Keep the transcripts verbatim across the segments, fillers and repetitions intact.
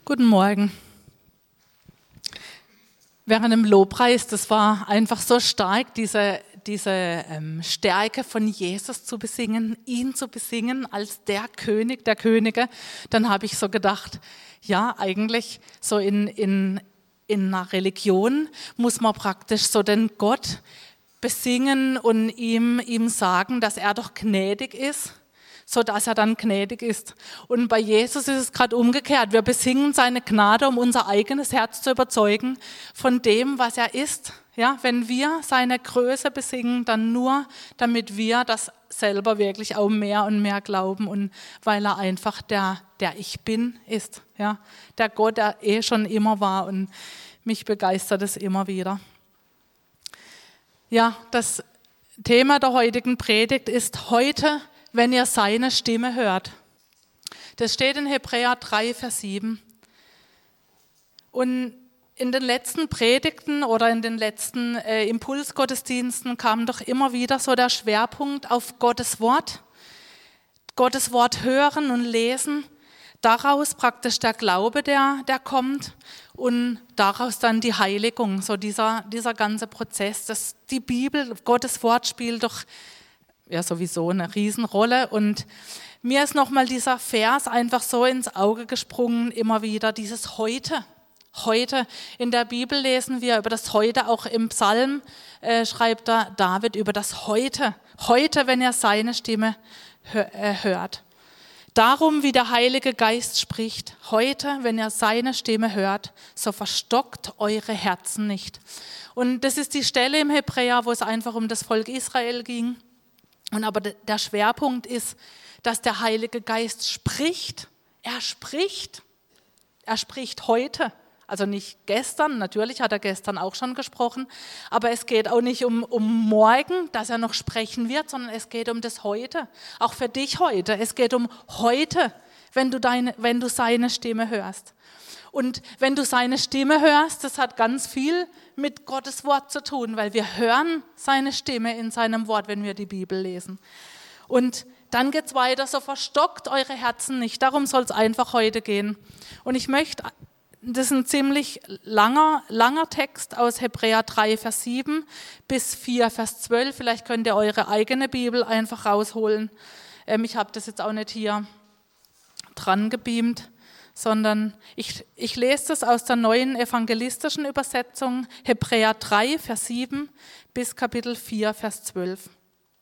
Guten Morgen. Während dem Lobpreis, das war einfach so stark, diese, diese ähm, Stärke von Jesus zu besingen, ihn zu besingen als der König der Könige. Dann habe ich so gedacht, ja, eigentlich so in, in, in einer Religion muss man praktisch so den Gott besingen und ihm, ihm sagen, dass er doch gnädig ist, so dass er dann gnädig ist. Und bei Jesus ist es gerade umgekehrt. Wir besingen seine Gnade, um unser eigenes Herz zu überzeugen von dem, was er ist. Ja, wenn wir seine Größe besingen, dann nur, damit wir das selber wirklich auch mehr und mehr glauben und weil er einfach der, der Ich Bin ist. Ja, der Gott, der eh schon immer war, und mich begeistert es immer wieder. Ja, das Thema der heutigen Predigt ist heute, wenn ihr seine Stimme hört. Das steht in Hebräer drei, Vers sieben. Und in den letzten Predigten oder in den letzten äh, Impulsgottesdiensten kam doch immer wieder so der Schwerpunkt auf Gottes Wort. Gottes Wort hören und lesen. Daraus praktisch der Glaube, der, der kommt, und daraus dann die Heiligung. So dieser, dieser ganze Prozess. Das, die Bibel, Gottes Wort spielt doch ja sowieso eine Riesenrolle, und mir ist nochmal dieser Vers einfach so ins Auge gesprungen, immer wieder dieses Heute. Heute. In der Bibel lesen wir über das Heute, auch im Psalm äh, schreibt da David über das Heute. Heute, wenn er seine Stimme hör, äh, hört. Darum, wie der Heilige Geist spricht, heute, wenn ihr seine Stimme hört, so verstockt eure Herzen nicht. Und das ist die Stelle im Hebräer, wo es einfach um das Volk Israel ging. Und aber der Schwerpunkt ist, dass der Heilige Geist spricht. Er spricht. Er spricht heute. Also nicht gestern, natürlich hat er gestern auch schon gesprochen, aber es geht auch nicht um, um morgen, dass er noch sprechen wird, sondern es geht um das Heute. Auch für dich heute. Es geht um heute, wenn du, deine, wenn du seine Stimme hörst. Und wenn du seine Stimme hörst, das hat ganz viel mit Gottes Wort zu tun, weil wir hören seine Stimme in seinem Wort, wenn wir die Bibel lesen. Und dann geht es weiter, so verstockt eure Herzen nicht. Darum soll es einfach heute gehen. Und ich möchte, das ist ein ziemlich langer, langer Text aus Hebräer drei, Vers sieben bis vier, Vers zwölf. Vielleicht könnt ihr eure eigene Bibel einfach rausholen. Ähm, ich habe das jetzt auch nicht hier dran gebeamt, sondern ich, ich lese das aus der neuen evangelistischen Übersetzung, Hebräer drei, Vers sieben bis Kapitel vier, Vers zwölf.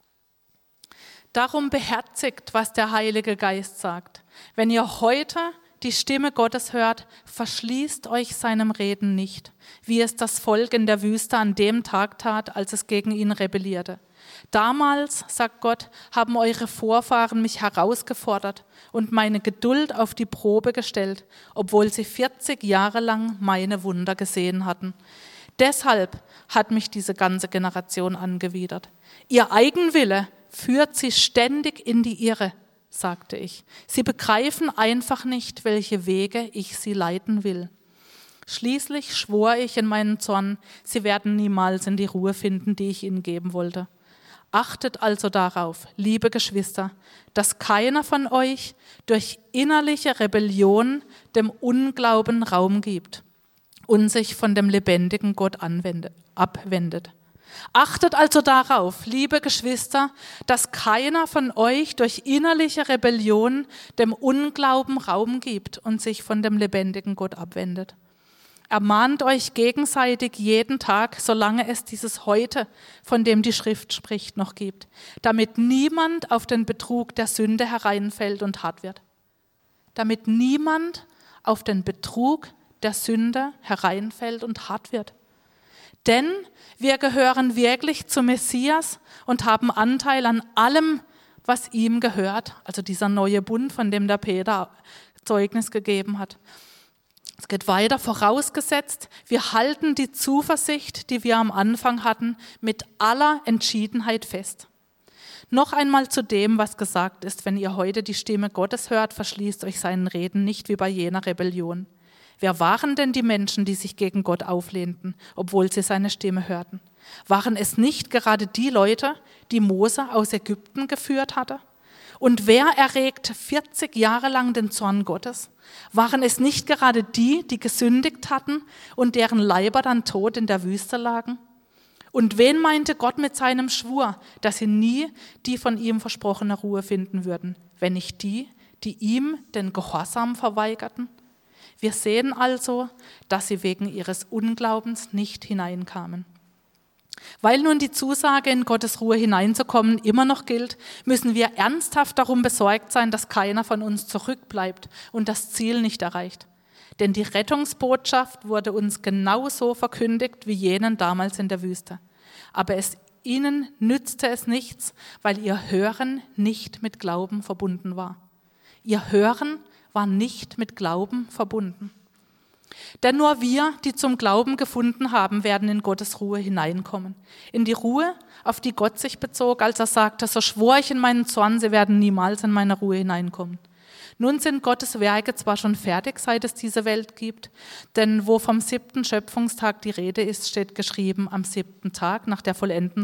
Darum beherzigt, was der Heilige Geist sagt. Wenn ihr heute die Stimme Gottes hört, verschließt euch seinem Reden nicht, wie es das Volk in der Wüste an dem Tag tat, als es gegen ihn rebellierte. Damals, sagt Gott, haben eure Vorfahren mich herausgefordert und meine Geduld auf die Probe gestellt, obwohl sie vierzig Jahre lang meine Wunder gesehen hatten. Deshalb hat mich diese ganze Generation angewidert. Ihr Eigenwille führt sie ständig in die Irre, sagte ich. Sie begreifen einfach nicht, welche Wege ich sie leiten will. Schließlich schwor ich in meinen Zorn, sie werden niemals in die Ruhe finden, die ich ihnen geben wollte. Achtet also darauf, liebe Geschwister, dass keiner von euch durch innerliche Rebellion dem Unglauben Raum gibt und sich von dem lebendigen Gott anwendet, abwendet. Achtet also darauf, liebe Geschwister, dass keiner von euch durch innerliche Rebellion dem Unglauben Raum gibt und sich von dem lebendigen Gott abwendet. Ermahnt euch gegenseitig jeden Tag, solange es dieses Heute, von dem die Schrift spricht, noch gibt, damit niemand auf den Betrug der Sünde hereinfällt und hart wird. Damit niemand auf den Betrug der Sünde hereinfällt und hart wird. Denn wir gehören wirklich zum Messias und haben Anteil an allem, was ihm gehört. Also dieser neue Bund, von dem der Peter Zeugnis gegeben hat. Es geht weiter, vorausgesetzt, wir halten die Zuversicht, die wir am Anfang hatten, mit aller Entschiedenheit fest. Noch einmal zu dem, was gesagt ist, wenn ihr heute die Stimme Gottes hört, verschließt euch seinen Reden nicht wie bei jener Rebellion. Wer waren denn die Menschen, die sich gegen Gott auflehnten, obwohl sie seine Stimme hörten? Waren es nicht gerade die Leute, die Mose aus Ägypten geführt hatte? Und wer erregte vierzig Jahre lang den Zorn Gottes? Waren es nicht gerade die, die gesündigt hatten und deren Leiber dann tot in der Wüste lagen? Und wen meinte Gott mit seinem Schwur, dass sie nie die von ihm versprochene Ruhe finden würden, wenn nicht die, die ihm den Gehorsam verweigerten? Wir sehen also, dass sie wegen ihres Unglaubens nicht hineinkamen. Weil nun die Zusage, in Gottes Ruhe hineinzukommen, immer noch gilt, müssen wir ernsthaft darum besorgt sein, dass keiner von uns zurückbleibt und das Ziel nicht erreicht. Denn die Rettungsbotschaft wurde uns genauso verkündigt wie jenen damals in der Wüste. Aber es, ihnen nützte es nichts, weil ihr Hören nicht mit Glauben verbunden war. Ihr Hören war nicht mit Glauben verbunden. Denn nur wir, die zum Glauben gefunden haben, werden in Gottes Ruhe hineinkommen. In die Ruhe, auf die Gott sich bezog, als er sagte, so schwor ich in meinen Zorn, sie werden niemals in meine Ruhe hineinkommen. Nun sind Gottes Werke zwar schon fertig, seit es diese Welt gibt, denn wo vom siebten Schöpfungstag die Rede ist, steht geschrieben, am siebten Tag nach der Vollendung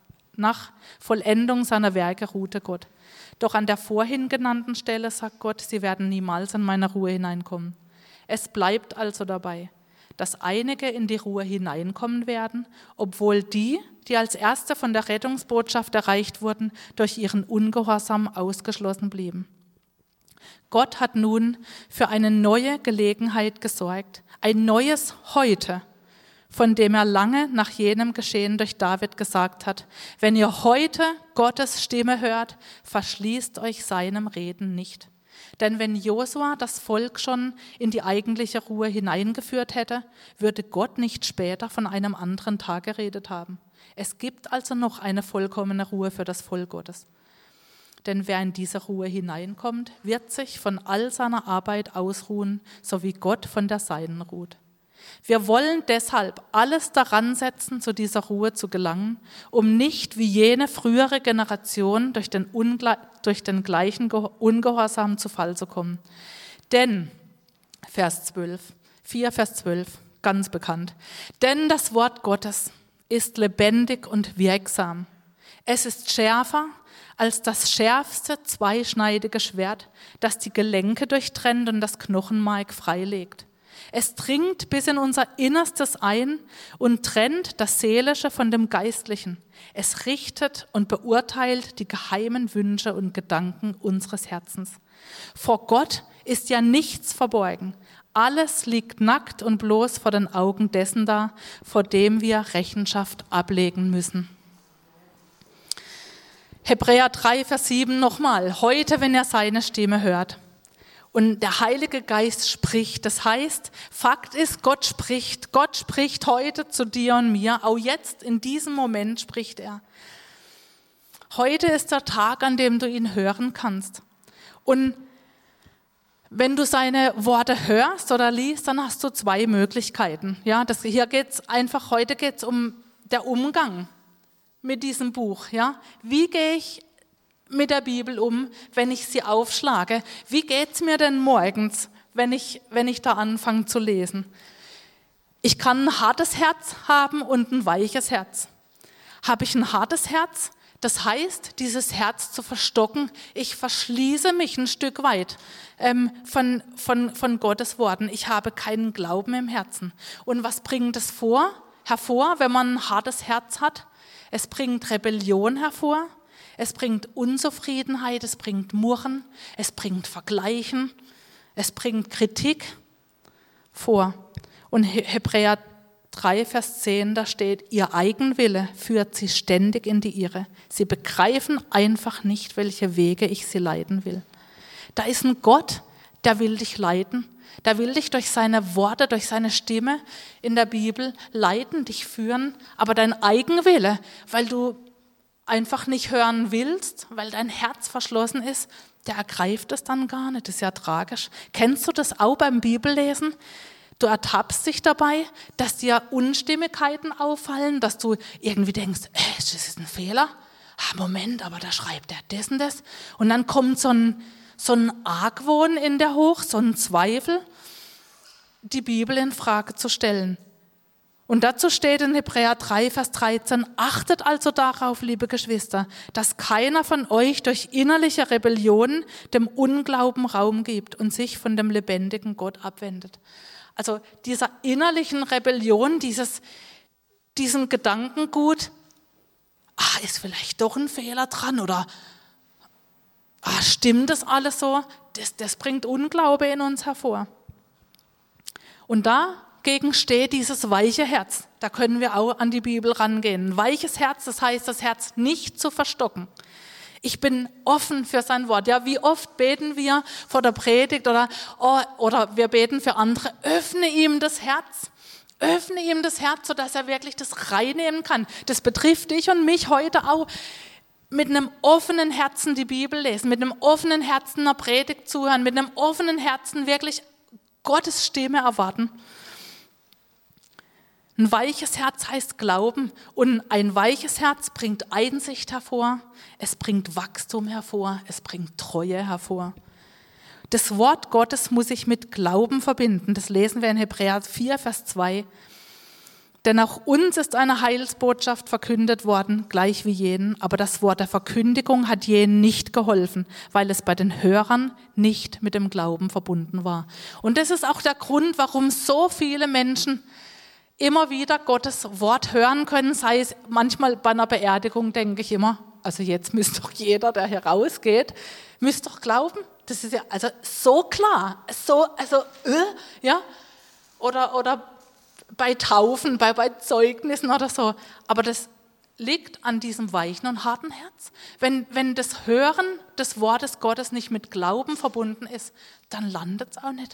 seiner Werke ruhte Gott. Doch an der vorhin genannten Stelle sagt Gott, sie werden niemals in meine Ruhe hineinkommen. Es bleibt also dabei, dass einige in die Ruhe hineinkommen werden, obwohl die, die als Erste von der Rettungsbotschaft erreicht wurden, durch ihren Ungehorsam ausgeschlossen blieben. Gott hat nun für eine neue Gelegenheit gesorgt, ein neues Heute, von dem er lange nach jenem Geschehen durch David gesagt hat, wenn ihr heute Gottes Stimme hört, verschließt euch seinem Reden nicht. Denn wenn Josua das Volk schon in die eigentliche Ruhe hineingeführt hätte, würde Gott nicht später von einem anderen Tag geredet haben. Es gibt also noch eine vollkommene Ruhe für das Volk Gottes. Denn wer in diese Ruhe hineinkommt, wird sich von all seiner Arbeit ausruhen, so wie Gott von der seinen ruht. Wir wollen deshalb alles daran setzen, zu dieser Ruhe zu gelangen, um nicht wie jene frühere Generation durch den, Ungle- durch den gleichen Ge- Ungehorsam zu Fall zu kommen. Denn, Vers zwölf, vier Vers zwölf, ganz bekannt, denn das Wort Gottes ist lebendig und wirksam. Es ist schärfer als das schärfste zweischneidige Schwert, das die Gelenke durchtrennt und das Knochenmark freilegt. Es dringt bis in unser Innerstes ein und trennt das Seelische von dem Geistlichen. Es richtet und beurteilt die geheimen Wünsche und Gedanken unseres Herzens. Vor Gott ist ja nichts verborgen. Alles liegt nackt und bloß vor den Augen dessen da, vor dem wir Rechenschaft ablegen müssen. Hebräer drei, Vers sieben nochmal. Heute, wenn ihr seine Stimme hört. Und der Heilige Geist spricht. Das heißt, Fakt ist, Gott spricht. Gott spricht heute zu dir und mir. Auch jetzt, in diesem Moment spricht er. Heute ist der Tag, an dem du ihn hören kannst. Und wenn du seine Worte hörst oder liest, dann hast du zwei Möglichkeiten. Ja, das, hier geht's einfach, heute geht es um den Umgang mit diesem Buch. Ja, wie gehe ich mit der Bibel um, wenn ich sie aufschlage? Wie geht es mir denn morgens, wenn ich, wenn ich da anfange zu lesen? Ich kann ein hartes Herz haben und ein weiches Herz. Habe ich ein hartes Herz? Das heißt, dieses Herz zu verstocken, ich verschließe mich ein Stück weit ähm, von, von, von Gottes Worten. Ich habe keinen Glauben im Herzen. Und was bringt es vor, hervor, wenn man ein hartes Herz hat? Es bringt Rebellion hervor. Es bringt Unzufriedenheit, es bringt Murren, es bringt Vergleichen, es bringt Kritik vor. Und Hebräer drei, Vers zehn, da steht, ihr Eigenwille führt sie ständig in die Irre. Sie begreifen einfach nicht, welche Wege ich sie leiten will. Da ist ein Gott, der will dich leiten. Der will dich durch seine Worte, durch seine Stimme in der Bibel leiten, dich führen. Aber dein Eigenwille, weil du einfach nicht hören willst, weil dein Herz verschlossen ist, der ergreift es dann gar nicht. Das ist ja tragisch. Kennst du das auch beim Bibellesen? Du ertappst dich dabei, dass dir Unstimmigkeiten auffallen, dass du irgendwie denkst, äh, das ist ein Fehler. Ah, Moment, aber da schreibt er das und das. Und dann kommt so ein, so ein Argwohn in dir hoch, so ein Zweifel, die Bibel in Frage zu stellen. Und dazu steht in Hebräer drei, Vers dreizehn, achtet also darauf, liebe Geschwister, dass keiner von euch durch innerliche Rebellion dem Unglauben Raum gibt und sich von dem lebendigen Gott abwendet. Also dieser innerlichen Rebellion, dieses, diesem Gedankengut, ah, ist vielleicht doch ein Fehler dran oder ah, stimmt das alles so? Das, das bringt Unglaube in uns hervor. Und dagegen steht dieses weiche Herz. Da können wir auch an die Bibel rangehen. Ein weiches Herz, das heißt, das Herz nicht zu verstocken. Ich bin offen für sein Wort. Ja, wie oft beten wir vor der Predigt oder, oh, oder wir beten für andere, öffne ihm das Herz. Öffne ihm das Herz, sodass er wirklich das reinnehmen kann. Das betrifft dich und mich heute auch. Mit einem offenen Herzen die Bibel lesen, mit einem offenen Herzen einer Predigt zuhören, mit einem offenen Herzen wirklich Gottes Stimme erwarten. Ein weiches Herz heißt Glauben und ein weiches Herz bringt Einsicht hervor, es bringt Wachstum hervor, es bringt Treue hervor. Das Wort Gottes muss sich mit Glauben verbinden. Das lesen wir in Hebräer vier, Vers zwei. Denn auch uns ist eine Heilsbotschaft verkündet worden, gleich wie jenen, aber das Wort der Verkündigung hat jenen nicht geholfen, weil es bei den Hörern nicht mit dem Glauben verbunden war. Und das ist auch der Grund, warum so viele Menschen immer wieder Gottes Wort hören können, sei es manchmal bei einer Beerdigung, denke ich immer, also jetzt müsste doch jeder, der hier rausgeht, müsste doch glauben. Das ist ja also so klar, so, also, äh, ja, oder, oder bei Taufen, bei, bei Zeugnissen oder so. Aber das liegt an diesem weichen und harten Herz. Wenn, wenn das Hören des Wortes Gottes nicht mit Glauben verbunden ist, dann landet es auch nicht.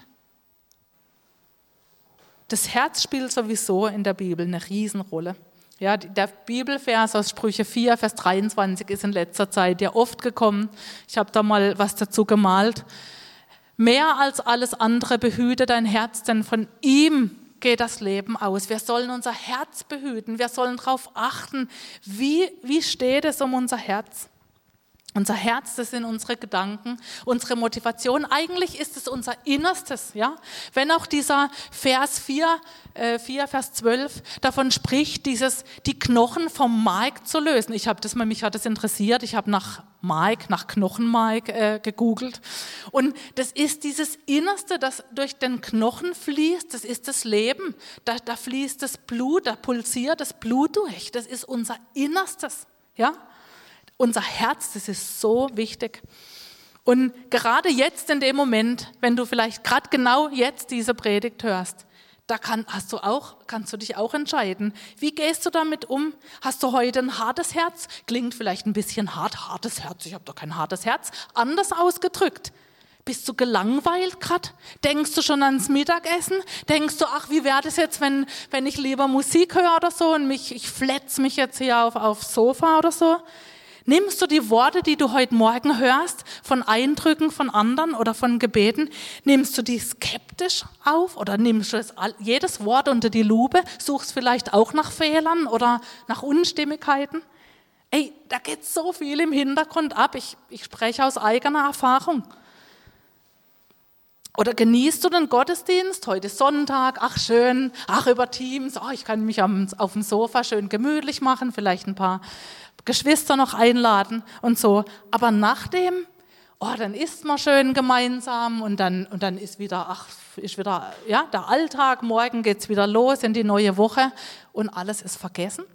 Das Herz spielt sowieso in der Bibel eine Riesenrolle. Ja, der Bibelvers aus Sprüche vier, Vers dreiundzwanzig ist in letzter Zeit ja oft gekommen. Ich habe da mal was dazu gemalt. Mehr als alles andere behüte dein Herz, denn von ihm geht das Leben aus. Wir sollen unser Herz behüten. Wir sollen darauf achten, wie, wie steht es um unser Herz. Unser Herz, das sind unsere Gedanken, unsere Motivation. Eigentlich ist es unser Innerstes. Ja? Wenn auch dieser Vers vier, äh, vier, Vers zwölf davon spricht, dieses, die Knochen vom Mark zu lösen. Ich habe das mal, mich hat das interessiert. Ich habe nach Mark, nach Knochenmark äh, gegoogelt. Und das ist dieses Innerste, das durch den Knochen fließt. Das ist das Leben. Da, da fließt das Blut, da pulsiert das Blut durch. Das ist unser Innerstes. Ja? Unser Herz, das ist so wichtig. Und gerade jetzt in dem Moment, wenn du vielleicht gerade genau jetzt diese Predigt hörst, da kann, hast du auch, kannst du dich auch entscheiden. Wie gehst du damit um? Hast du heute ein hartes Herz? Klingt vielleicht ein bisschen hart, hartes Herz, ich habe doch kein hartes Herz. Anders ausgedrückt. Bist du gelangweilt gerade? Denkst du schon ans Mittagessen? Denkst du, ach, wie wäre das jetzt, wenn, wenn ich lieber Musik höre oder so und mich, ich fletze mich jetzt hier auf, aufs Sofa oder so? Nimmst du die Worte, die du heute Morgen hörst, von Eindrücken von anderen oder von Gebeten, nimmst du die skeptisch auf oder nimmst du das, jedes Wort unter die Lupe, suchst vielleicht auch nach Fehlern oder nach Unstimmigkeiten? Ey, da geht so viel im Hintergrund ab. Ich, ich spreche aus eigener Erfahrung. Oder genießt du den Gottesdienst? Heute ist Sonntag, ach schön, ach über Teams, oh, ich kann mich am, auf dem Sofa schön gemütlich machen, vielleicht ein paar Geschwister noch einladen und so. Aber nachdem, oh, dann isst man schön gemeinsam und dann, und dann ist wieder, ach, ist wieder, ja, der Alltag, morgen geht's wieder los in die neue Woche und alles ist vergessen.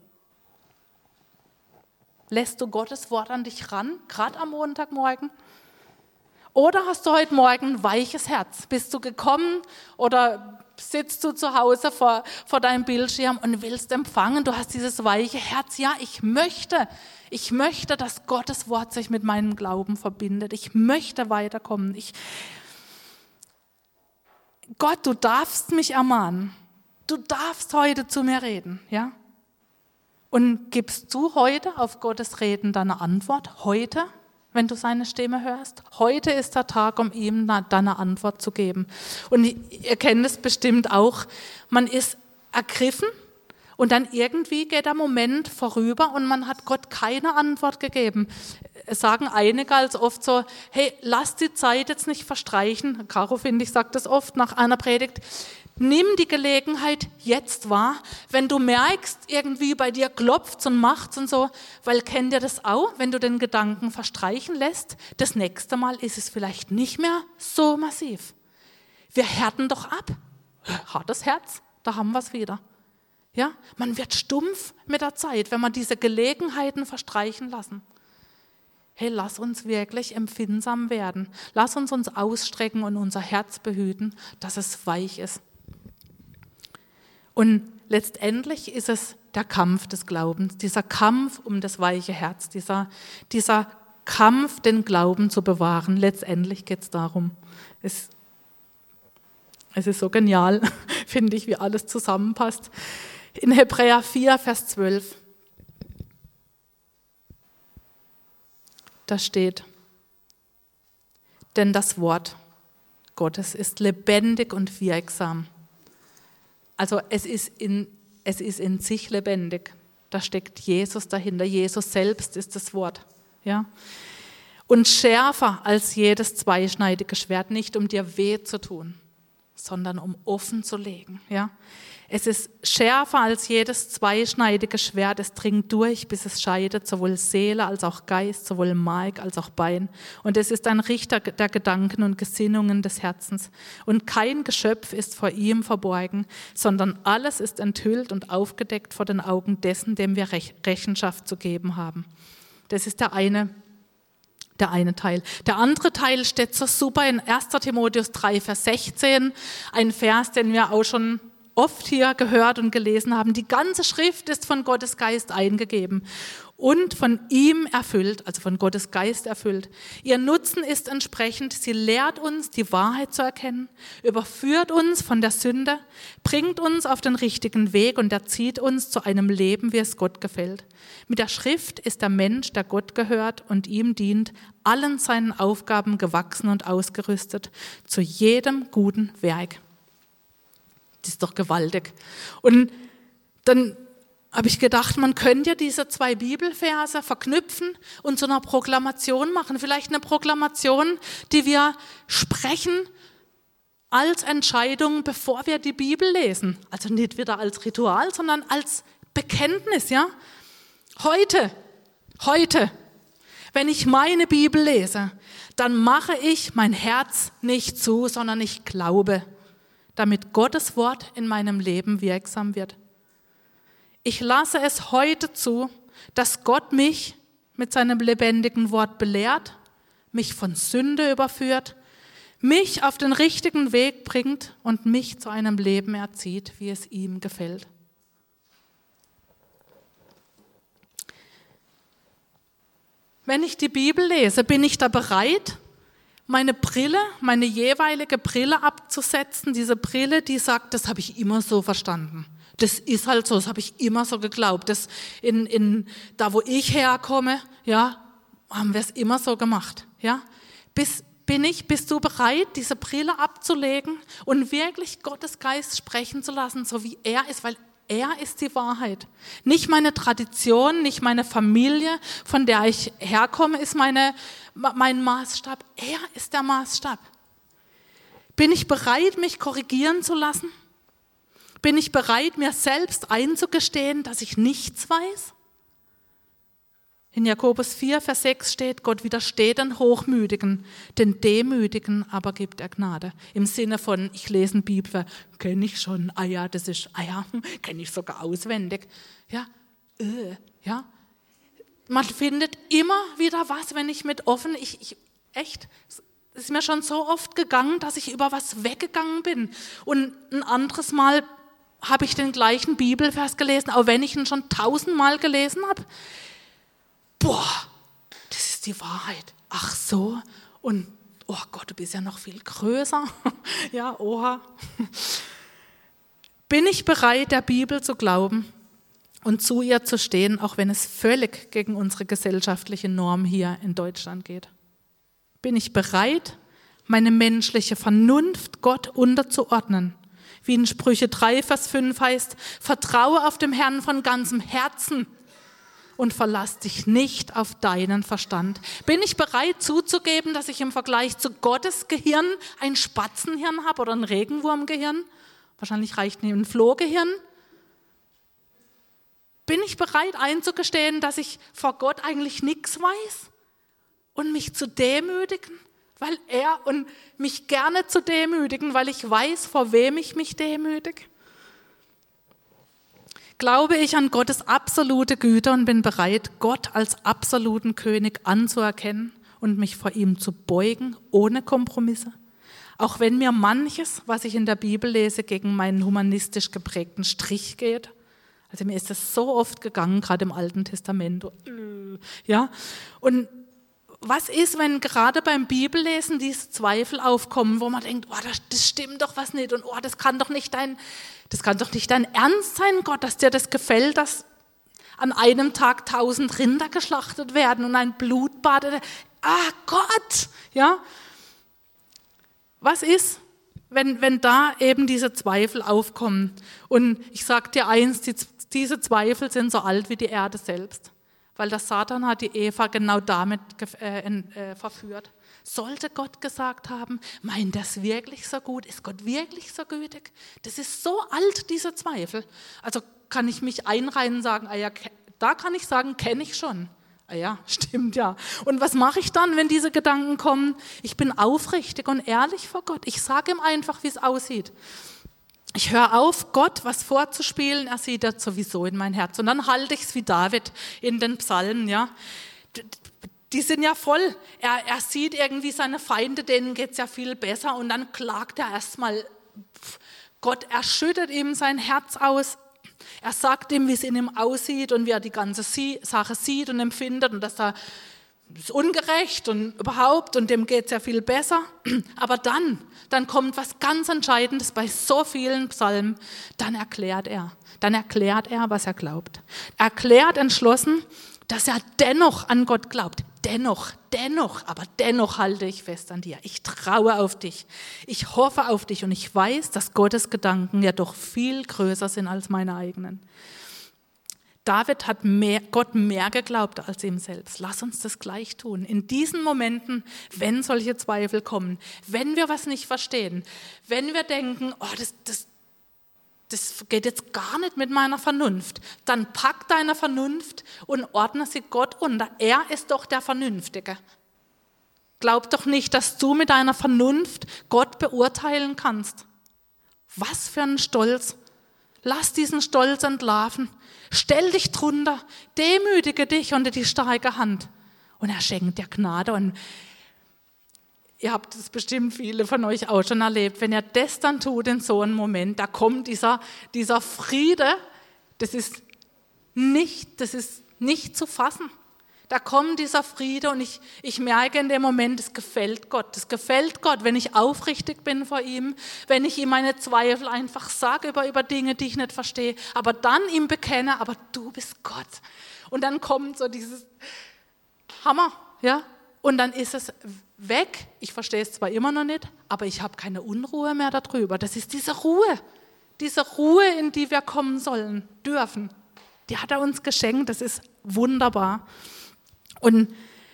Lässt du Gottes Wort an dich ran, gerade am Montagmorgen? Oder hast du heute Morgen ein weiches Herz? Bist du gekommen oder sitzt du zu Hause vor, vor deinem Bildschirm und willst empfangen? Du hast dieses weiche Herz. Ja, ich möchte, ich möchte, dass Gottes Wort sich mit meinem Glauben verbindet. Ich möchte weiterkommen. Ich, Gott, du darfst mich ermahnen. Du darfst heute zu mir reden, ja? Und gibst du heute auf Gottes Reden deine Antwort? Heute? Wenn du seine Stimme hörst. Heute ist der Tag, um ihm deine Antwort zu geben. Und ihr kennt es bestimmt auch, man ist ergriffen und dann irgendwie geht der Moment vorüber und man hat Gott keine Antwort gegeben. Es sagen einige als oft so, hey, lass die Zeit jetzt nicht verstreichen. Caro, finde ich, sagt das oft nach einer Predigt. Nimm die Gelegenheit jetzt wahr, wenn du merkst, irgendwie bei dir klopft's und macht's und so, weil kennt ihr das auch, wenn du den Gedanken verstreichen lässt, das nächste Mal ist es vielleicht nicht mehr so massiv. Wir härten doch ab. Hartes Herz, da haben wir es wieder. Ja, man wird stumpf mit der Zeit, wenn man diese Gelegenheiten verstreichen lassen. Hey, lass uns wirklich empfindsam werden. Lass uns uns ausstrecken und unser Herz behüten, dass es weich ist. Und letztendlich ist es der Kampf des Glaubens, dieser Kampf um das weiche Herz, dieser, dieser Kampf, den Glauben zu bewahren. Letztendlich geht es darum. Es, es ist so genial, finde ich, wie alles zusammenpasst. In Hebräer vier, Vers zwölf, da steht, denn das Wort Gottes ist lebendig und wirksam. Also es ist, in, es ist in sich lebendig. Da steckt Jesus dahinter. Jesus selbst ist das Wort. Ja? Und schärfer als jedes zweischneidige Schwert, nicht um dir weh zu tun, sondern um offen zu legen. Ja? Es ist schärfer als jedes zweischneidige Schwert. Es dringt durch, bis es scheidet, sowohl Seele als auch Geist, sowohl Mark als auch Bein. Und es ist ein Richter der Gedanken und Gesinnungen des Herzens. Und kein Geschöpf ist vor ihm verborgen, sondern alles ist enthüllt und aufgedeckt vor den Augen dessen, dem wir Rechenschaft zu geben haben. Das ist der eine, der eine Teil. Der andere Teil steht so super in erster Timotheus drei, Vers sechzehn, ein Vers, den wir auch schon oft hier gehört und gelesen haben. Die ganze Schrift ist von Gottes Geist eingegeben und von ihm erfüllt, also von Gottes Geist erfüllt. Ihr Nutzen ist entsprechend, sie lehrt uns, die Wahrheit zu erkennen, überführt uns von der Sünde, bringt uns auf den richtigen Weg und erzieht uns zu einem Leben, wie es Gott gefällt. Mit der Schrift ist der Mensch, der Gott gehört und ihm dient, allen seinen Aufgaben gewachsen und ausgerüstet, zu jedem guten Werk. Das ist doch gewaltig. Und dann habe ich gedacht, man könnte ja diese zwei Bibelverse verknüpfen und zu einer Proklamation machen. Vielleicht eine Proklamation, die wir sprechen als Entscheidung, bevor wir die Bibel lesen. Also nicht wieder als Ritual, sondern als Bekenntnis. Ja? Heute, heute, wenn ich meine Bibel lese, dann mache ich mein Herz nicht zu, sondern ich glaube, damit Gottes Wort in meinem Leben wirksam wird. Ich lasse es heute zu, dass Gott mich mit seinem lebendigen Wort belehrt, mich von Sünde überführt, mich auf den richtigen Weg bringt und mich zu einem Leben erzieht, wie es ihm gefällt. Wenn ich die Bibel lese, bin ich da bereit, meine Brille, meine jeweilige Brille abzusetzen, diese Brille, die sagt, das habe ich immer so verstanden. Das ist halt so, das habe ich immer so geglaubt. Das in, in, da, wo ich herkomme, ja, haben wir es immer so gemacht. Ja? Bis, bin ich, bist du bereit, diese Brille abzulegen und wirklich Gottes Geist sprechen zu lassen, so wie er ist, weil er ist die Wahrheit. Nicht meine Tradition, nicht meine Familie, von der ich herkomme, ist meine, mein Maßstab. Er ist der Maßstab. Bin ich bereit, mich korrigieren zu lassen? Bin ich bereit, mir selbst einzugestehen, dass ich nichts weiß? In Jakobus vier, Vers sechs steht, Gott widersteht den Hochmütigen, den Demütigen aber gibt er Gnade. Im Sinne von, ich lese eine Bibel, kenne ich schon, ah ja, das ist, ah ja, kenne ich sogar auswendig. Ja, äh, ja. Man findet immer wieder was, wenn ich mit offen, ich, ich echt, es ist mir schon so oft gegangen, dass ich über was weggegangen bin. Und ein anderes Mal habe ich den gleichen Bibelvers gelesen, auch wenn ich ihn schon tausendmal gelesen habe. Boah, das ist die Wahrheit. Ach so, und oh Gott, du bist ja noch viel größer. Ja, oha. Bin ich bereit, der Bibel zu glauben und zu ihr zu stehen, auch wenn es völlig gegen unsere gesellschaftliche Norm hier in Deutschland geht? Bin ich bereit, meine menschliche Vernunft Gott unterzuordnen? Wie in Sprüche drei, Vers fünf heißt, vertraue auf den Herrn von ganzem Herzen und verlass dich nicht auf deinen Verstand. Bin ich bereit zuzugeben, dass ich im Vergleich zu Gottes Gehirn ein Spatzenhirn habe oder ein Regenwurmgehirn? Wahrscheinlich reicht mir ein Flohgehirn. Bin ich bereit einzugestehen, dass ich vor Gott eigentlich nichts weiß und mich zu demütigen, weil er und mich gerne zu demütigen, weil ich weiß, vor wem ich mich demütige? Glaube ich an Gottes absolute Güte und bin bereit, Gott als absoluten König anzuerkennen und mich vor ihm zu beugen, ohne Kompromisse? Auch wenn mir manches, was ich in der Bibel lese, gegen meinen humanistisch geprägten Strich geht. Also mir ist das so oft gegangen, gerade im Alten Testament. Ja? Und was ist, wenn gerade beim Bibellesen diese Zweifel aufkommen, wo man denkt, oh, das, das stimmt doch was nicht und oh, das kann doch nicht dein, das kann doch nicht dein Ernst sein, Gott, dass dir das gefällt, dass an einem Tag tausend Rinder geschlachtet werden und ein Blutbad. Ah Gott, ja. Was ist, wenn, wenn da eben diese Zweifel aufkommen? Und ich sage dir eins, die, diese Zweifel sind so alt wie die Erde selbst. Weil der Satan hat die Eva genau damit äh, äh, verführt. Sollte Gott gesagt haben, meint das wirklich so gut? Ist Gott wirklich so gütig? Das ist so alt, diese Zweifel. Also kann ich mich einreihen und sagen, ah ja, da kann ich sagen, kenne ich schon. Ah ja, stimmt ja. Und was mache ich dann, wenn diese Gedanken kommen? Ich bin aufrichtig und ehrlich vor Gott. Ich sage ihm einfach, wie es aussieht. Ich höre auf, Gott was vorzuspielen, er sieht das sowieso in mein Herz. Und dann halte ich es wie David in den Psalmen, ja. Die sind ja voll. Er, er sieht irgendwie seine Feinde, denen geht es ja viel besser. Und dann klagt er erstmal. Gott erschüttert ihm sein Herz aus. Er sagt ihm, wie es in ihm aussieht und wie er die ganze Sache sieht und empfindet und dass er ist ungerecht und überhaupt und dem geht es ja viel besser. Aber dann, dann kommt was ganz Entscheidendes bei so vielen Psalmen. Dann erklärt er, dann erklärt er, was er glaubt. Er erklärt entschlossen, dass er dennoch an Gott glaubt. Dennoch, dennoch, aber dennoch halte ich fest an dir. Ich traue auf dich. Ich hoffe auf dich und ich weiß, dass Gottes Gedanken ja doch viel größer sind als meine eigenen. David hat mehr, Gott mehr geglaubt als ihm selbst. Lass uns das gleich tun. In diesen Momenten, wenn solche Zweifel kommen, wenn wir was nicht verstehen, wenn wir denken, oh, das, das, das geht jetzt gar nicht mit meiner Vernunft, dann pack deine Vernunft und ordne sie Gott unter. Er ist doch der Vernünftige. Glaub doch nicht, dass du mit deiner Vernunft Gott beurteilen kannst. Was für ein Stolz. Lass diesen Stolz entlarven. Stell dich drunter, demütige dich unter die starke Hand. Und er schenkt dir Gnade. Und ihr habt es bestimmt viele von euch auch schon erlebt. Wenn ihr das dann tut in so einem Moment, da kommt dieser, dieser Friede, das ist nicht, das ist nicht zu fassen. Da kommt dieser Friede und ich, ich merke in dem Moment, es gefällt Gott. Es gefällt Gott, wenn ich aufrichtig bin vor ihm, wenn ich ihm meine Zweifel einfach sage über, über Dinge, die ich nicht verstehe, aber dann ihm bekenne, aber du bist Gott. Und dann kommt so dieses Hammer, ja, und dann ist es weg. Ich verstehe es zwar immer noch nicht, aber ich habe keine Unruhe mehr darüber. Das ist diese Ruhe, diese Ruhe, in die wir kommen sollen, dürfen. Die hat er uns geschenkt, das ist wunderbar. Und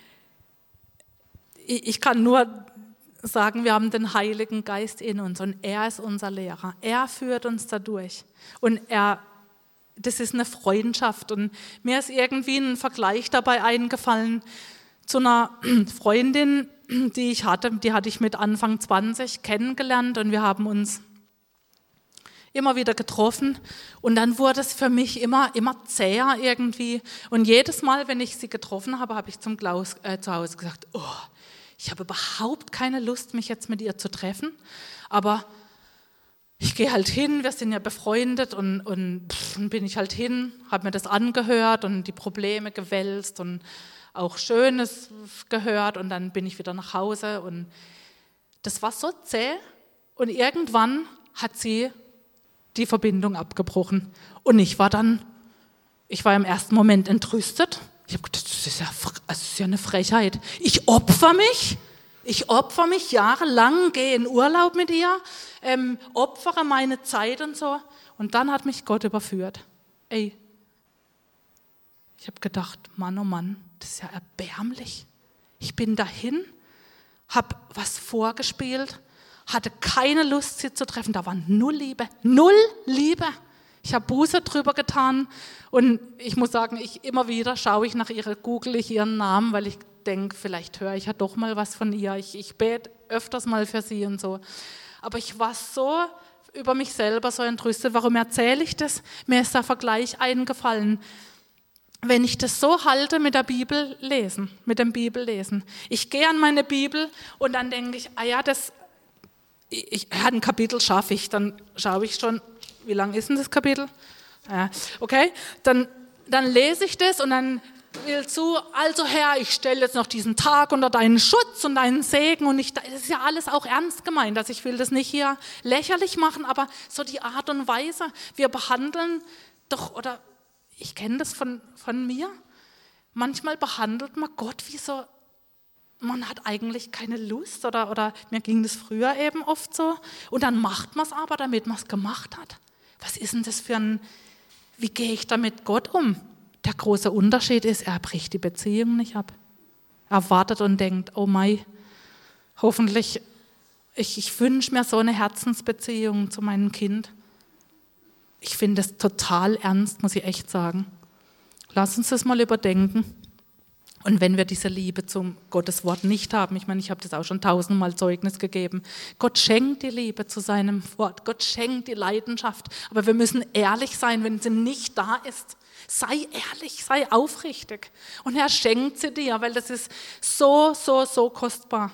ich kann nur sagen, wir haben den Heiligen Geist in uns und er ist unser Lehrer. Er führt uns dadurch. Und er, das ist eine Freundschaft. Und mir ist irgendwie ein Vergleich dabei eingefallen zu einer Freundin, die ich hatte. Die hatte ich mit Anfang zwanzig kennengelernt und wir haben uns immer wieder getroffen und dann wurde es für mich immer, immer zäher irgendwie. Und jedes Mal, wenn ich sie getroffen habe, habe ich zum Klaus äh, zu Hause gesagt, oh, ich habe überhaupt keine Lust, mich jetzt mit ihr zu treffen, aber ich gehe halt hin, wir sind ja befreundet und, und pff, dann bin ich halt hin, habe mir das angehört und die Probleme gewälzt und auch Schönes gehört und dann bin ich wieder nach Hause und das war so zäh und irgendwann hat sie die Verbindung abgebrochen. Und ich war dann, ich war im ersten Moment entrüstet. Ich habe gedacht, das ist, ja, das ist ja eine Frechheit. Ich opfer mich, ich opfer mich jahrelang, gehe in Urlaub mit ihr, ähm, opfere meine Zeit und so. Und dann hat mich Gott überführt. Ey, ich habe gedacht, Mann, oh Mann, das ist ja erbärmlich. Ich bin dahin, habe was vorgespielt, hatte keine Lust, sie zu treffen. Da war null Liebe, null Liebe. Ich habe Buße drüber getan und ich muss sagen, ich immer wieder schaue ich nach ihrer, google ich ihren Namen, weil ich denke, vielleicht höre ich ja doch mal was von ihr. Ich, ich bete öfters mal für sie und so. Aber ich war so über mich selber so entrüstet. Warum erzähle ich das? Mir ist der Vergleich eingefallen. Wenn ich das so halte mit der Bibel lesen, mit dem Bibellesen. Ich gehe an meine Bibel und dann denke ich, ah ja, das, ich, ja, ein Kapitel schaffe ich, dann schaue ich schon, wie lang ist denn das Kapitel? Ja, okay, dann, dann lese ich das und dann willst du, also Herr, ich stelle jetzt noch diesen Tag unter deinen Schutz und deinen Segen und ich, das ist ja alles auch ernst gemeint, also ich will das nicht hier lächerlich machen, aber so die Art und Weise, wir behandeln doch, oder ich kenne das von, von mir, manchmal behandelt man Gott wie so, man hat eigentlich keine Lust oder, oder mir ging das früher eben oft so und dann macht man es aber, damit man es gemacht hat. Was ist denn das für ein, wie gehe ich da mit Gott um? Der große Unterschied ist, er bricht die Beziehung nicht ab. Er wartet und denkt, oh mei, hoffentlich, ich, ich wünsche mir so eine Herzensbeziehung zu meinem Kind. Ich finde das total ernst, muss ich echt sagen. Lass uns das mal überdenken. Und wenn wir diese Liebe zum Gottes Wort nicht haben, ich meine, ich habe das auch schon tausendmal Zeugnis gegeben, Gott schenkt die Liebe zu seinem Wort, Gott schenkt die Leidenschaft, aber wir müssen ehrlich sein, wenn sie nicht da ist. Sei ehrlich, sei aufrichtig und er schenkt sie dir, weil das ist so, so, so kostbar.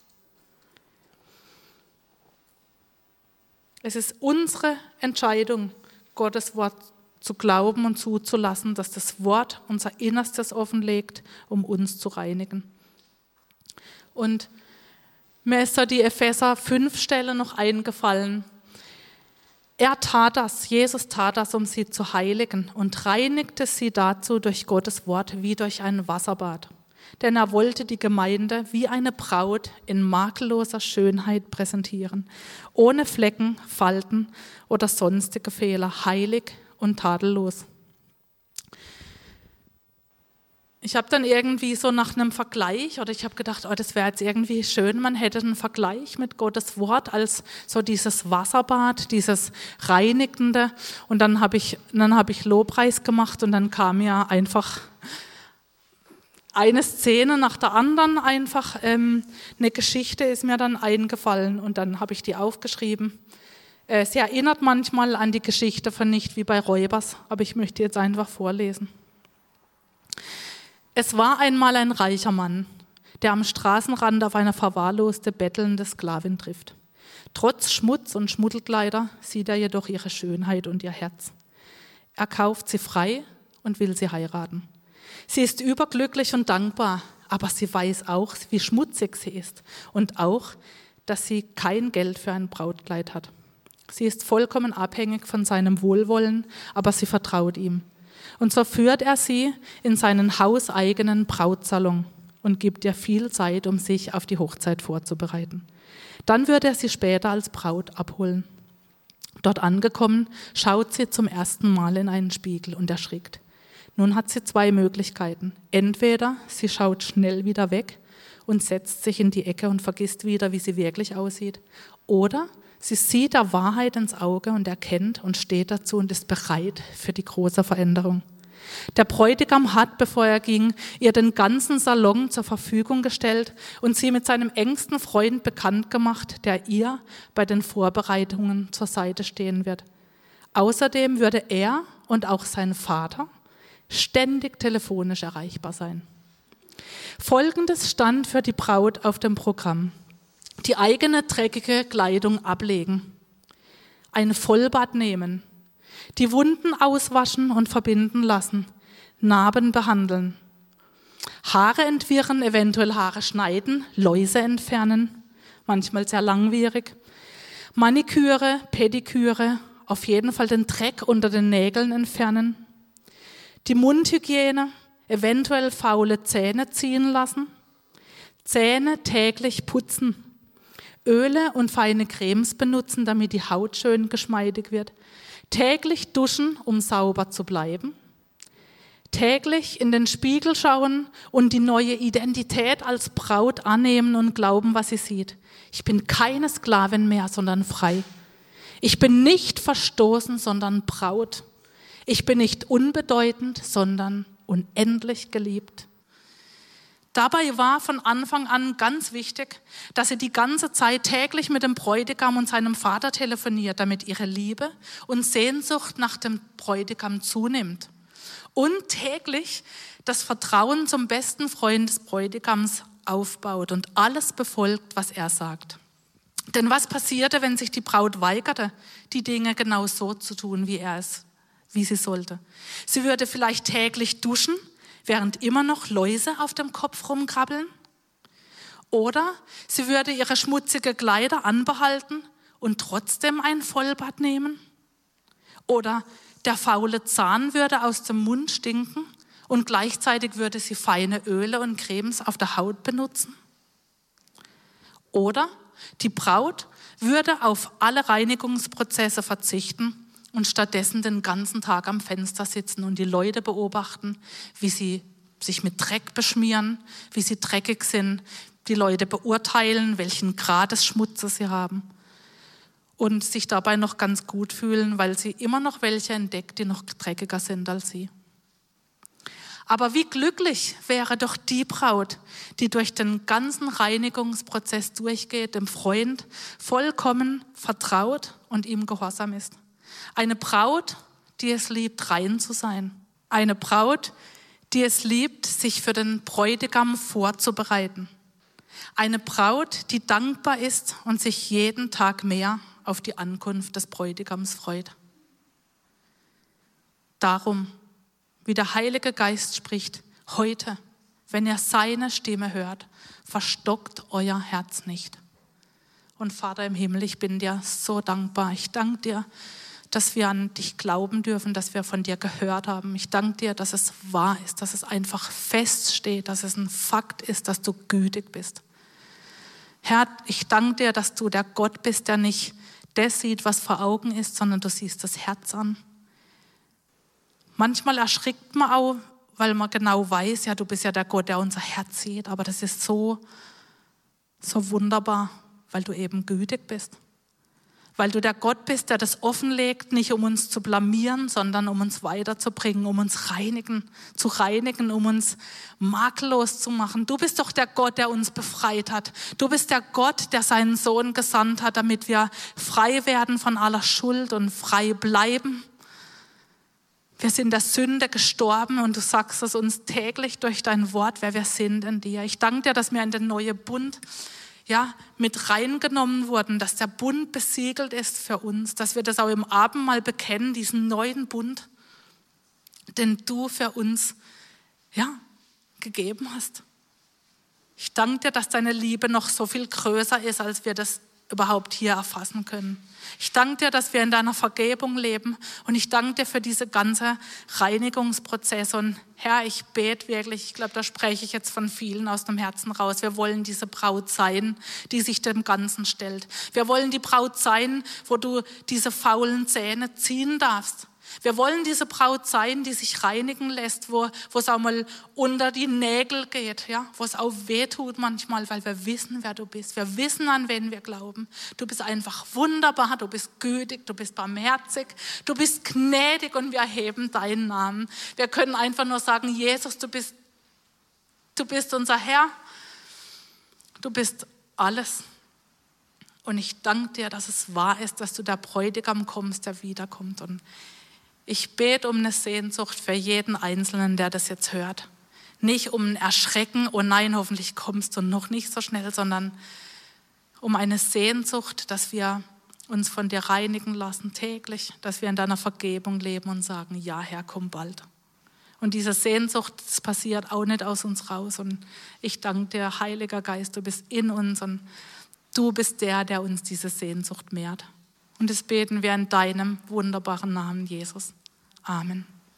Es ist unsere Entscheidung, Gottes Wort zu glauben und zuzulassen, dass das Wort unser Innerstes offenlegt, um uns zu reinigen. Und mir ist da die Epheser fünf Stelle noch eingefallen. Er tat das, Jesus tat das, um sie zu heiligen und reinigte sie dazu durch Gottes Wort wie durch ein Wasserbad. Denn er wollte die Gemeinde wie eine Braut in makelloser Schönheit präsentieren, ohne Flecken, Falten oder sonstige Fehler, heilig und tadellos. Ich habe dann irgendwie so nach einem Vergleich, oder ich habe gedacht, oh, das wäre jetzt irgendwie schön, man hätte einen Vergleich mit Gottes Wort als so dieses Wasserbad, dieses Reinigende. Und dann habe ich, dann habe ich Lobpreis gemacht und dann kam mir einfach eine Szene nach der anderen, einfach ähm, eine Geschichte ist mir dann eingefallen und dann habe ich die aufgeschrieben. Äh, sie erinnert manchmal an die Geschichte von Nicht wie bei Räubers, aber ich möchte jetzt einfach vorlesen. Es war einmal ein reicher Mann, der am Straßenrand auf eine verwahrloste, bettelnde Sklavin trifft. Trotz Schmutz und Schmuddelkleider sieht er jedoch ihre Schönheit und ihr Herz. Er kauft sie frei und will sie heiraten. Sie ist überglücklich und dankbar, aber sie weiß auch, wie schmutzig sie ist und auch, dass sie kein Geld für ein Brautkleid hat. Sie ist vollkommen abhängig von seinem Wohlwollen, aber sie vertraut ihm. Und so führt er sie in seinen hauseigenen Brautsalon und gibt ihr viel Zeit, um sich auf die Hochzeit vorzubereiten. Dann wird er sie später als Braut abholen. Dort angekommen, schaut sie zum ersten Mal in einen Spiegel und erschrickt. Nun hat sie zwei Möglichkeiten. Entweder sie schaut schnell wieder weg und setzt sich in die Ecke und vergisst wieder, wie sie wirklich aussieht. Oder sie sieht der Wahrheit ins Auge und erkennt und steht dazu und ist bereit für die große Veränderung. Der Bräutigam hat, bevor er ging, ihr den ganzen Salon zur Verfügung gestellt und sie mit seinem engsten Freund bekannt gemacht, der ihr bei den Vorbereitungen zur Seite stehen wird. Außerdem würde er und auch sein Vater ständig telefonisch erreichbar sein. Folgendes stand für die Braut auf dem Programm: Die eigene dreckige Kleidung ablegen, ein Vollbad nehmen, die Wunden auswaschen und verbinden lassen, Narben behandeln, Haare entwirren, eventuell Haare schneiden, Läuse entfernen, manchmal sehr langwierig, Maniküre, Pediküre, auf jeden Fall den Dreck unter den Nägeln entfernen, die Mundhygiene, eventuell faule Zähne ziehen lassen, Zähne täglich putzen, Öle und feine Cremes benutzen, damit die Haut schön geschmeidig wird, täglich duschen, um sauber zu bleiben, täglich in den Spiegel schauen und die neue Identität als Braut annehmen und glauben, was sie sieht. Ich bin keine Sklavin mehr, sondern frei. Ich bin nicht verstoßen, sondern Braut. Ich bin nicht unbedeutend, sondern unendlich geliebt. Dabei war von Anfang an ganz wichtig, dass sie die ganze Zeit täglich mit dem Bräutigam und seinem Vater telefoniert, damit ihre Liebe und Sehnsucht nach dem Bräutigam zunimmt. Und täglich das Vertrauen zum besten Freund des Bräutigams aufbaut und alles befolgt, was er sagt. Denn was passierte, wenn sich die Braut weigerte, die Dinge genau so zu tun, wie er es, wie sie sollte? Sie würde vielleicht täglich duschen, während immer noch Läuse auf dem Kopf rumkrabbeln? Oder sie würde ihre schmutzigen Kleider anbehalten und trotzdem ein Vollbad nehmen? Oder der faule Zahn würde aus dem Mund stinken und gleichzeitig würde sie feine Öle und Cremes auf der Haut benutzen? Oder die Braut würde auf alle Reinigungsprozesse verzichten und stattdessen den ganzen Tag am Fenster sitzen und die Leute beobachten, wie sie sich mit Dreck beschmieren, wie sie dreckig sind, die Leute beurteilen, welchen Grad des Schmutzes sie haben und sich dabei noch ganz gut fühlen, weil sie immer noch welche entdeckt, die noch dreckiger sind als sie. Aber wie glücklich wäre doch die Braut, die durch den ganzen Reinigungsprozess durchgeht, dem Freund vollkommen vertraut und ihm gehorsam ist. Eine Braut, die es liebt, rein zu sein. Eine Braut, die es liebt, sich für den Bräutigam vorzubereiten. Eine Braut, die dankbar ist und sich jeden Tag mehr auf die Ankunft des Bräutigams freut. Darum, wie der Heilige Geist spricht, heute, wenn ihr seine Stimme hört, verstockt euer Herz nicht. Und Vater im Himmel, ich bin dir so dankbar. Ich danke dir, dass wir an dich glauben dürfen, dass wir von dir gehört haben. Ich danke dir, dass es wahr ist, dass es einfach feststeht, dass es ein Fakt ist, dass du gütig bist. Herr, ich danke dir, dass du der Gott bist, der nicht das sieht, was vor Augen ist, sondern du siehst das Herz an. Manchmal erschrickt man auch, weil man genau weiß, ja, du bist ja der Gott, der unser Herz sieht, aber das ist so, so wunderbar, weil du eben gütig bist. Weil du der Gott bist, der das offenlegt, nicht um uns zu blamieren, sondern um uns weiterzubringen, um uns reinigen, zu reinigen, um uns makellos zu machen. Du bist doch der Gott, der uns befreit hat. Du bist der Gott, der seinen Sohn gesandt hat, damit wir frei werden von aller Schuld und frei bleiben. Wir sind der Sünde gestorben und du sagst es uns täglich durch dein Wort, wer wir sind in dir. Ich danke dir, dass wir in den neuen Bund ja, mit reingenommen wurden, dass der Bund besiegelt ist für uns, dass wir das auch im Abendmahl bekennen, diesen neuen Bund, den du für uns ja, gegeben hast. Ich danke dir, dass deine Liebe noch so viel größer ist, als wir das überhaupt hier erfassen können. Ich danke dir, dass wir in deiner Vergebung leben und ich danke dir für diese ganze Reinigungsprozess. Und Herr, ich bete wirklich, ich glaube, da spreche ich jetzt von vielen aus dem Herzen raus. Wir wollen diese Braut sein, die sich dem Ganzen stellt. Wir wollen die Braut sein, wo du diese faulen Zähne ziehen darfst. Wir wollen diese Braut sein, die sich reinigen lässt, wo, wo es auch mal unter die Nägel geht, ja? Wo es auch weh tut manchmal, weil wir wissen, wer du bist. Wir wissen, an wen wir glauben. Du bist einfach wunderbar, du bist gütig, du bist barmherzig, du bist gnädig und wir erheben deinen Namen. Wir können einfach nur sagen, Jesus, du bist, du bist unser Herr, du bist alles. Und ich danke dir, dass es wahr ist, dass du der Bräutigam kommst, der wiederkommt. Und ich bete um eine Sehnsucht für jeden Einzelnen, der das jetzt hört. Nicht um ein Erschrecken, oh nein, hoffentlich kommst du noch nicht so schnell, sondern um eine Sehnsucht, dass wir uns von dir reinigen lassen täglich, dass wir in deiner Vergebung leben und sagen, ja Herr, komm bald. Und diese Sehnsucht, das passiert auch nicht aus uns raus. Und ich danke dir, Heiliger Geist, du bist in uns und du bist der, der uns diese Sehnsucht mehrt. Und das beten wir in deinem wunderbaren Namen, Jesus. Amen.